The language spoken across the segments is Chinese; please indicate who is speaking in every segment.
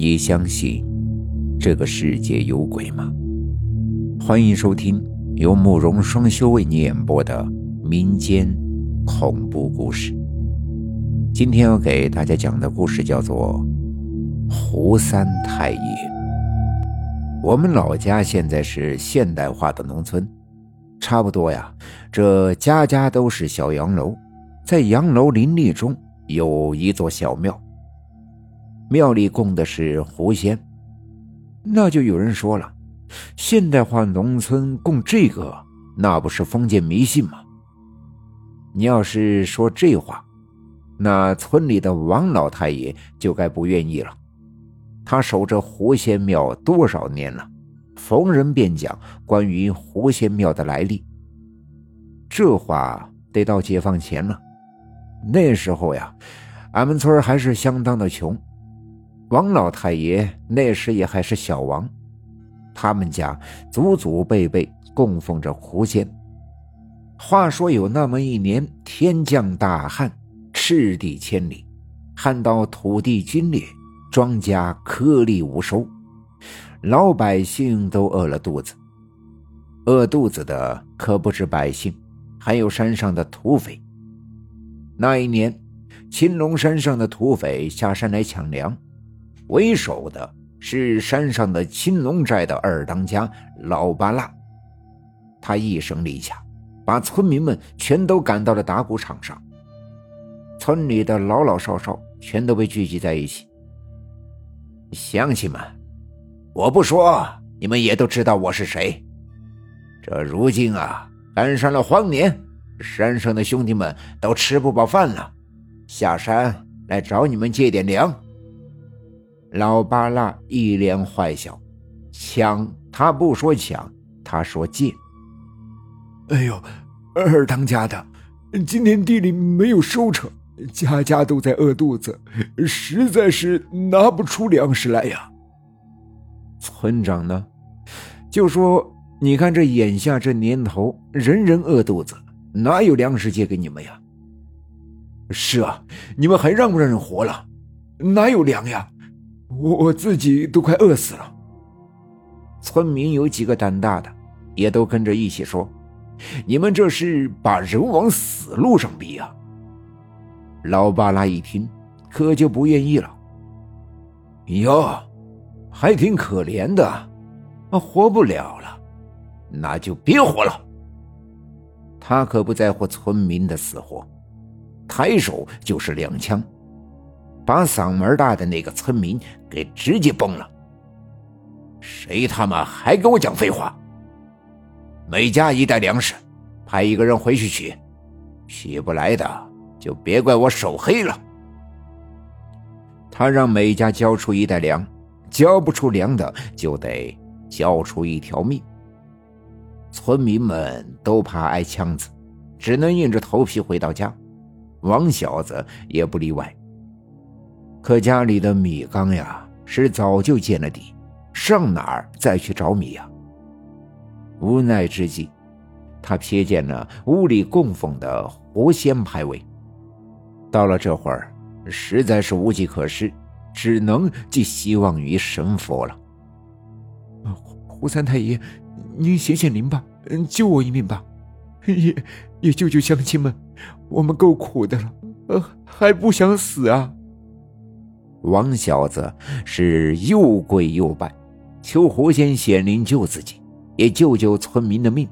Speaker 1: 你相信这个世界有鬼吗？欢迎收听由慕容双修为你演播的民间恐怖故事。今天要给大家讲的故事叫做胡三太爷。我们老家现在是现代化的农村，差不多呀，这家家都是小洋楼，在洋楼林立中有一座小庙，庙里供的是狐仙。那就有人说了，现代化农村供这个，那不是封建迷信吗？你要是说这话，那村里的王老太爷就该不愿意了。他守着狐仙庙多少年了，逢人便讲关于狐仙庙的来历。这话得到解放前了，那时候呀，俺们村还是相当的穷，王老太爷那时也还是小王，他们家祖祖辈辈供奉着狐仙。话说有那么一年，天降大旱，赤地千里，旱到土地皲裂，庄稼颗粒无收，老百姓都饿了肚子。饿肚子的可不止百姓，还有山上的土匪。那一年，青龙山上的土匪下山来抢粮，为首的是山上的青龙寨的二当家老巴拉。他一声令下，把村民们全都赶到了打谷场上。村里的老老少少全都被聚集在一起。乡亲们，我不说，你们也都知道我是谁。这如今啊，赶上了荒年，山上的兄弟们都吃不饱饭了，下山来找你们借点粮。老巴拉一脸坏笑，抢他不说抢，他说借。
Speaker 2: 哎呦，二当家的，今天地里没有收成，家家都在饿肚子，实在是拿不出粮食来呀。
Speaker 1: 村长呢，就说你看这眼下这年头，人人饿肚子，哪有粮食借给你们呀？
Speaker 2: 是啊，你们还让不让人活了？哪有粮呀？我自己都快饿死了。
Speaker 1: 村民有几个胆大的，也都跟着一起说，你们这是把人往死路上逼啊。老巴拉一听，可就不愿意了。
Speaker 2: 哟，还挺可怜的，活不了了，那就别活了。
Speaker 1: 他可不在乎村民的死活，抬手就是2枪，把嗓门大的那个村民给直接崩了。
Speaker 2: 谁他妈还跟我讲废话？每家1袋粮食，派一个人回去取，取不来的就别怪我手黑了。
Speaker 1: 他让每家交出1袋粮，交不出粮的就得交出一条命。村民们都怕挨枪子，只能硬着头皮回到家，王小子也不例外。可家里的米缸呀，是早就见了底，上哪儿再去找米呀？无奈之际，他瞥见了屋里供奉的狐仙牌位。到了这会儿，实在是无计可施，只能寄希望于神佛了。
Speaker 2: 胡三太爷，您显显灵吧，救我一命吧，也救救乡亲们，我们够苦的了，还不想死啊。
Speaker 1: 王小子是又跪又拜，求狐仙显灵救自己，也救救村民的命。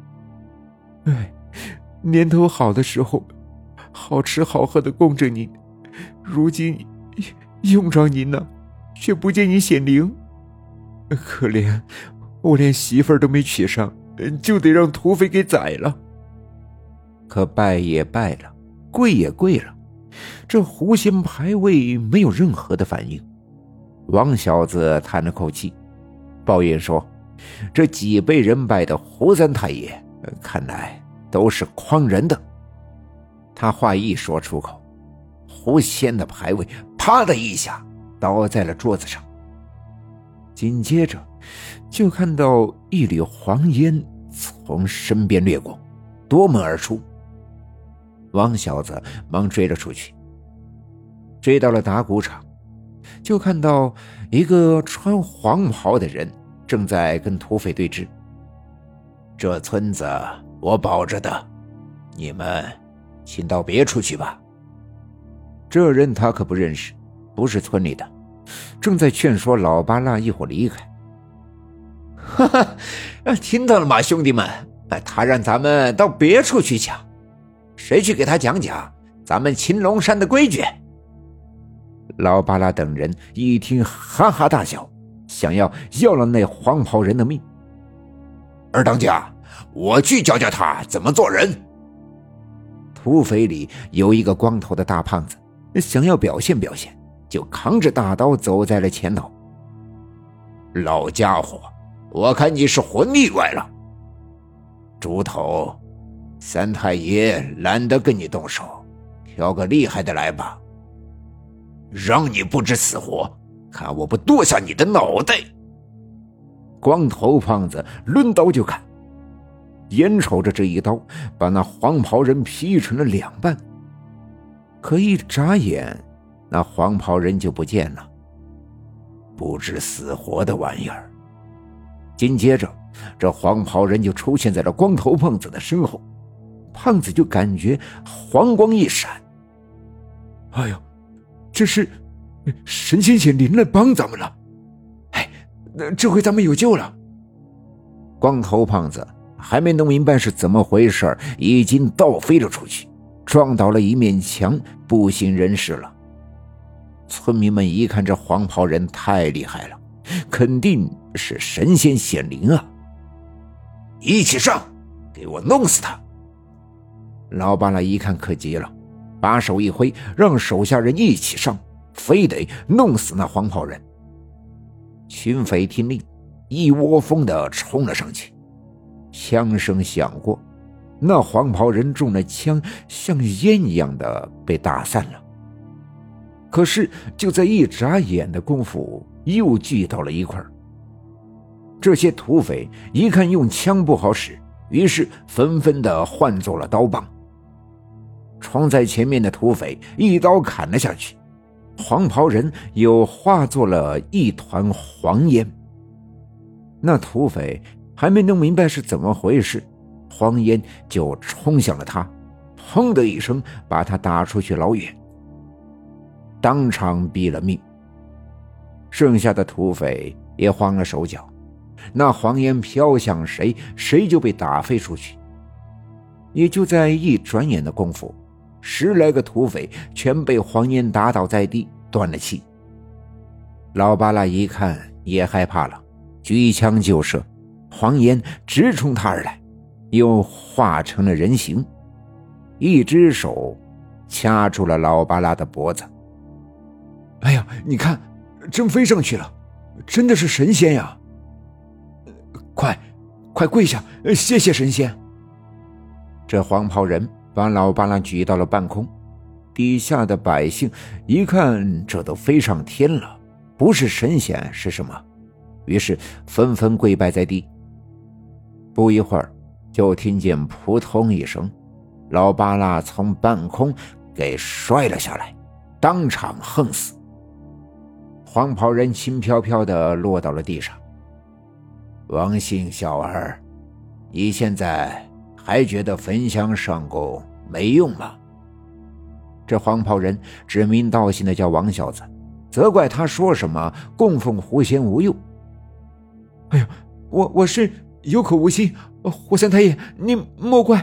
Speaker 2: 年头好的时候，好吃好喝的供着您，如今用着您呢，却不见您显灵。可怜我连媳妇儿都没娶上，就得让土匪给宰了。
Speaker 1: 可拜也拜了，跪也跪了，这狐仙牌位没有任何的反应。王小子叹了口气，抱怨说，这几辈人拜的胡三太爷，看来都是诓人的。他话一说出口，狐仙的牌位啪的一下倒在了桌子上，紧接着就看到一缕黄烟从身边掠过，夺门而出。王小子忙追了出去，追到了打谷场， 就看到一个穿黄袍的人正在跟土匪对峙。这村子我保着的，你们请到别处去吧。这人他可不认识，不是村里的，正在劝说老巴拉一伙离开。哈哈，听到了吗，兄弟们？他让咱们到别处去抢，谁去给他讲讲咱们青龙山的规矩？老巴拉等人一听，哈哈大笑，想要了那黄袍人的命。二当家，我去教教他怎么做人。土匪里有一个光头的大胖子，想要表现表现，就扛着大刀走在了前头。老家伙，我看你是魂力歪了。猪头，三太爷懒得跟你动手，挑个厉害的来吧。让你不知死活，看我不剁下你的脑袋！光头胖子抡刀就砍，眼瞅着这一刀把那黄袍人劈成了两半，可一眨眼，那黄袍人就不见了。不知死活的玩意儿！紧接着，这黄袍人就出现在了光头胖子的身后，胖子就感觉黄光一闪，
Speaker 2: 哎呦，这是神仙显灵来帮咱们了！哎，这回咱们有救了！
Speaker 1: 光头胖子还没弄明白是怎么回事，已经倒飞了出去，撞倒了一面墙，不省人事了。村民们一看这黄袍人太厉害了，肯定是神仙显灵啊！一起上，给我弄死他！老巴拉一看可急了，把手一挥，让手下人一起上，非得弄死那黄袍人。群匪听令，一窝蜂地冲了上去。枪声响过，那黄袍人中了枪，像烟一样的被打散了。可是就在一眨眼的功夫，又聚到了一块儿。这些土匪一看用枪不好使，于是纷纷地换作了刀棒。冲在前面的土匪一刀砍了下去，黄袍人又化作了一团黄烟。那土匪还没弄明白是怎么回事，黄烟就冲向了他，砰的一声把他打出去老远，当场毙了命。剩下的土匪也慌了手脚，那黄烟飘向谁，谁就被打飞出去。也就在一转眼的功夫，10来个土匪全被黄烟打倒在地，断了气。老巴拉一看也害怕了，举枪就射，黄烟直冲他而来，又化成了人形，一只手掐住了老巴拉的脖子。
Speaker 2: 哎呀，你看，真飞上去了，真的是神仙呀！快跪下，谢谢神仙！
Speaker 1: 这黄袍人把老巴拉举到了半空，底下的百姓一看这都飞上天了，不是神仙是什么？于是纷纷跪拜在地。不一会儿，就听见扑通一声，老巴拉从半空给摔了下来，当场横死。黄袍人轻飘飘地落到了地上。王姓小儿，你现在还觉得焚香上供没用吗？这黄袍人指名道姓的叫王小子，责怪他说什么供奉狐仙无用。
Speaker 2: 哎呀，我是有口无心，胡三太爷，你莫怪。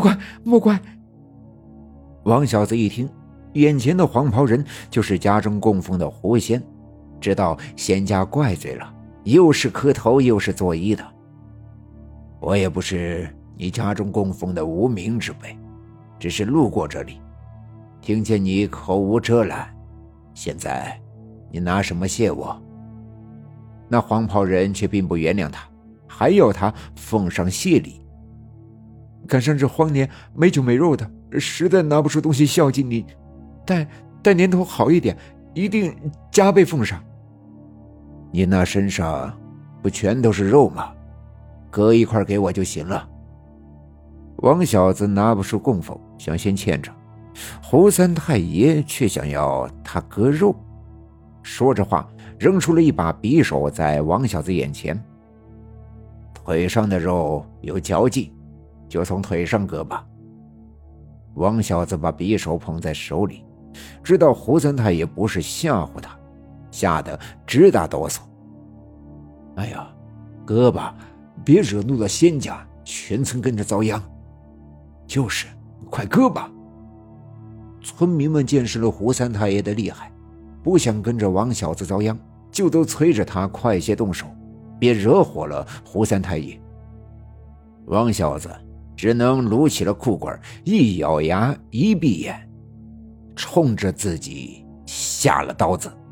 Speaker 1: 王小子一听，眼前的黄袍人就是家中供奉的狐仙，知道仙家怪罪了，又是磕头又是作揖的。我也不是你家中供奉的无名之辈，只是路过这里，听见你口无遮拦，现在你拿什么谢我？那黄袍人却并不原谅他，还要他奉上谢礼。
Speaker 2: 赶上这荒年没酒没肉的，实在拿不出东西孝敬你，待年头好一点，一定加倍奉上。
Speaker 1: 你那身上不全都是肉吗？割一块给我就行了。王小子拿不出供奉，想先欠着，胡三太爷却想要他割肉。 说着话，扔出了一把匕首在王小子眼前。腿上的肉有嚼劲，就从腿上割吧。王小子把匕首捧在手里，知道胡三太爷不是吓唬他，吓得直打哆嗦。哎呀，割吧，别惹怒了仙家，全村跟着遭殃。就是，快割吧。村民们见识了胡三太爷的厉害，不想跟着王小子遭殃，就都催着他快些动手，别惹火了胡三太爷。王小子只能撸起了裤管，一咬牙一闭眼，冲着自己下了刀子。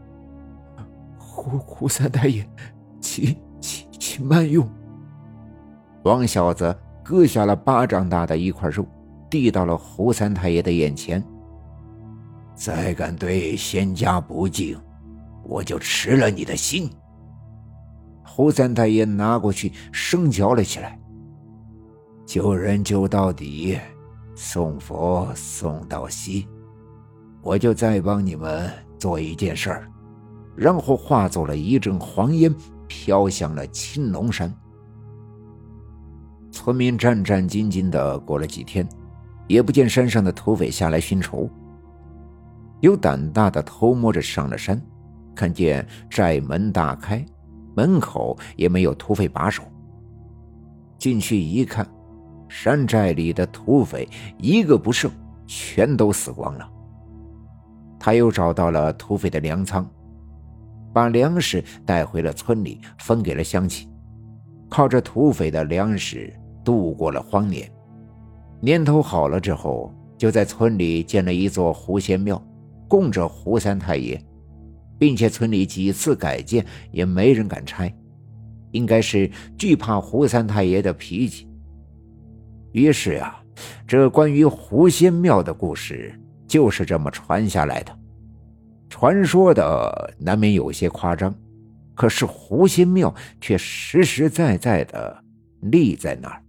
Speaker 2: 胡三太爷，请慢用。
Speaker 1: 王小子割下了巴掌大的一块肉，递到了胡三太爷的眼前。再敢对仙家不敬，我就吃了你的心。胡三太爷拿过去生嚼了起来。救人救到底，送佛送到西。我就再帮你们做一件事儿。然后化作了一阵黄烟，飘向了青龙山。村民战战兢兢地过了几天，也不见山上的土匪下来寻仇。有胆大的偷摸着上了山，看见寨门大开，门口也没有土匪把守。进去一看，山寨里的土匪一个不剩，全都死光了。他又找到了土匪的粮仓，把粮食带回了村里，分给了乡亲，靠着土匪的粮食度过了荒年。年头好了之后，就在村里建了一座狐仙庙，供着胡三太爷，并且村里几次改建也没人敢拆，应该是惧怕胡三太爷的脾气。于是这关于狐仙庙的故事就是这么传下来的。传说的难免有些夸张，可是狐仙庙却实实在在的立在那儿。